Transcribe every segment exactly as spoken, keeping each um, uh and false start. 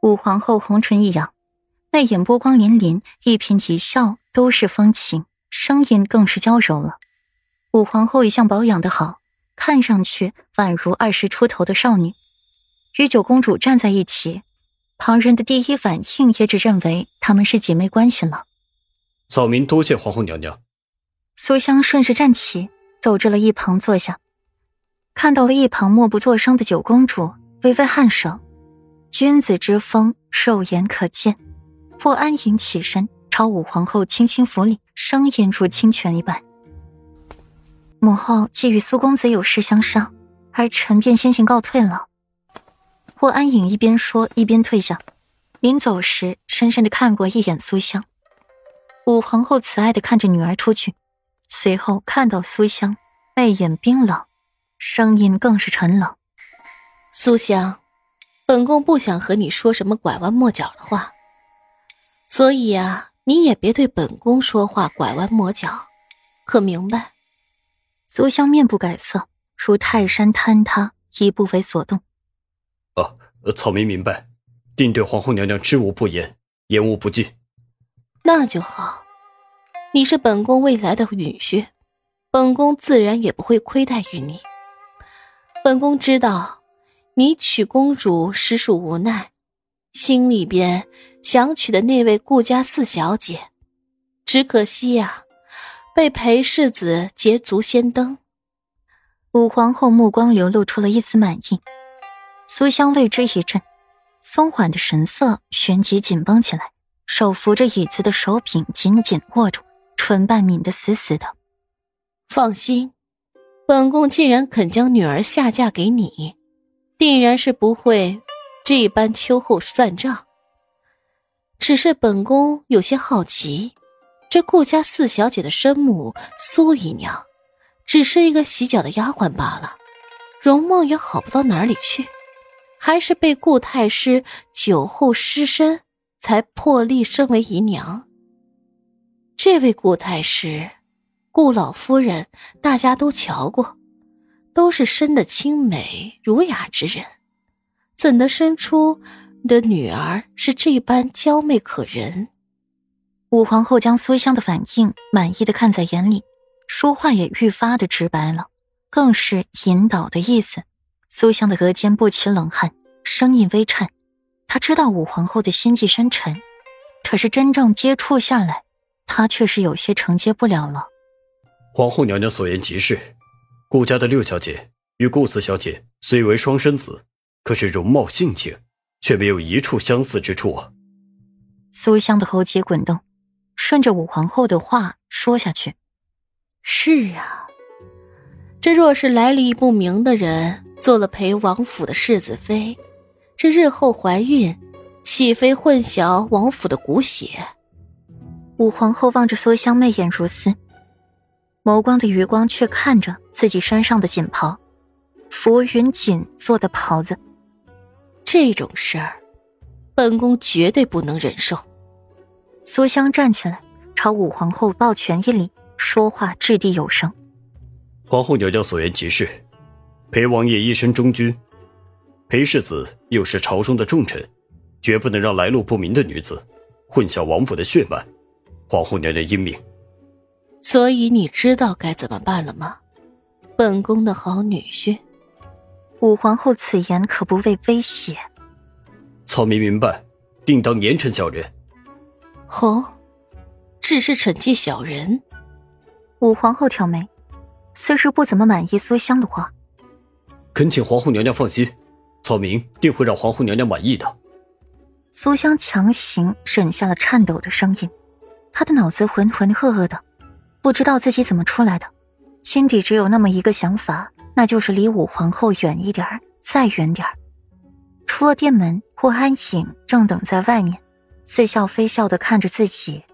武皇后红唇一扬，媚眼波光粼粼，一颦一笑都是风情，声音更是娇柔了。武皇后一向保养得好，看上去宛如二十出头的少女。与九公主站在一起，旁人的第一反应也只认为她们是姐妹关系了。 草民多谢皇后娘娘。 苏香顺势站起，走至了一旁坐下，看到了一旁默不作声的九公主，微微颔首。君子之风肉眼可见。霍安莹起身朝武皇后轻轻扶礼，声音如清泉一般。母后既与苏公子有事相商，儿臣便先行告退了。霍安莹一边说一边退下，临走时深深地看过一眼苏香。武皇后慈爱地看着女儿出去，随后看到苏香，媚眼冰冷，声音更是沉冷。 苏香，本宫不想和你说什么拐弯抹角的话，所以啊，你也别对本宫说话拐弯抹角，可明白？ 苏香面不改色，如泰山坍塌，亦不为所动。 啊，草民明白，定对皇后娘娘知无不言，言无不尽。 那就好，你是本宫未来的女婿，本宫自然也不会亏待于你。本宫知道你娶公主实属无奈，心里边想娶的那位顾家四小姐，只可惜呀、啊，被裴世子捷足先登。 武皇后目光流露出了一丝满意，苏香为之一震，松缓的神色旋即紧绷起来，手扶着椅子的手柄紧紧握住，唇瓣抿得死死的。 放心，本宫既然肯将女儿下嫁给你，定然是不会这般秋后算账。只是本宫有些好奇，这顾家四小姐的生母苏姨娘只是一个洗脚的丫鬟罢了，容貌也好不到哪里去，还是被顾太师酒后失身才破例升为姨娘。这位顾太师，顾老夫人大家都瞧过，都是生得清美儒雅之人，怎的生出你的女儿是这般娇媚可人？ 武皇后将苏香的反应满意的看在眼里，说话也愈发的直白了，更是引导的意思。苏香的额间不起冷汗，声音微颤。她知道武皇后的心计深沉，可是真正接触下来，她却是有些承接不了了。 皇后娘娘所言极是，顾家的六小姐与顾四小姐虽为双生子，可是容貌性情却没有一处相似之处啊。 苏香的喉结滚动，顺着武皇后的话说下去。 是啊，这若是来历不明的人做了裴王府的世子妃，这日后怀孕岂非混淆王府的骨血？ 武皇后望着苏香，媚眼如丝，眸光的余光却看着自己身上的锦袍，浮云锦做的袍子。 这种事儿，本宫绝对不能忍受。 苏香站起来，朝武皇后抱拳一礼，说话掷地有声。 皇后娘娘所言极是，裴王爷一身忠君，裴世子又是朝中的重臣，绝不能让来路不明的女子混淆王府的血脉。皇后娘娘英明。 所以你知道该怎么办了吗？本宫的好女婿。 武皇后此言可不为威胁。 草民明白，定当严惩小人。 哦，只是惩戒小人。 武皇后挑眉，似是不怎么满意苏香的话。 恳请皇后娘娘放心，草民定会让皇后娘娘满意的。 苏香强行忍下了颤抖的声音，她的脑子浑浑噩噩的，不知道自己怎么出来的，心底只有那么一个想法，那就是离武皇后远一点儿，再远点儿。出了店门，霍安影正等在外面，似笑非笑地看着自己。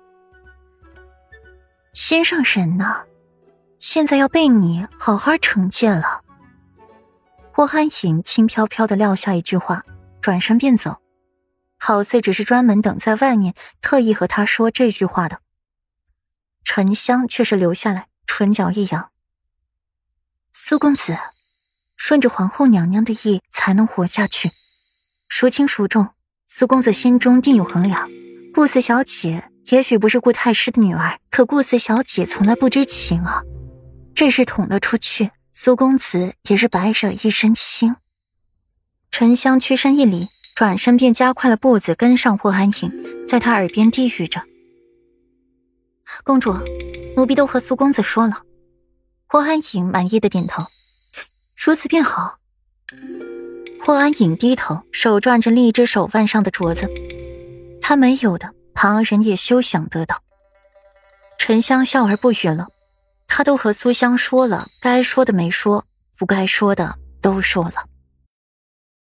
心上人呢？现在要被你好好惩戒了。霍安影轻飘飘地撂下一句话，转身便走，好似只是专门等在外面，特意和他说这句话的。沉香却是留下来，唇角一扬。苏公子，顺着皇后娘娘的意才能活下去，孰轻孰重， 苏公子心中定有衡量，顾四小姐也许不是顾太师的女儿，可顾四小姐从来不知情啊。这事捅了出去，苏公子也是白惹一身腥。沉香屈身一礼，转身便加快了步子跟上霍安影，在他耳边低语着：公主，奴婢都和苏公子说了。霍安影满意的点头，如此便好。霍安影低头，手转着另一只手腕上的镯子，他没有的，旁人也休想得到。沉香笑而不语了，他都和苏香说了，该说的没说，不该说的都说了。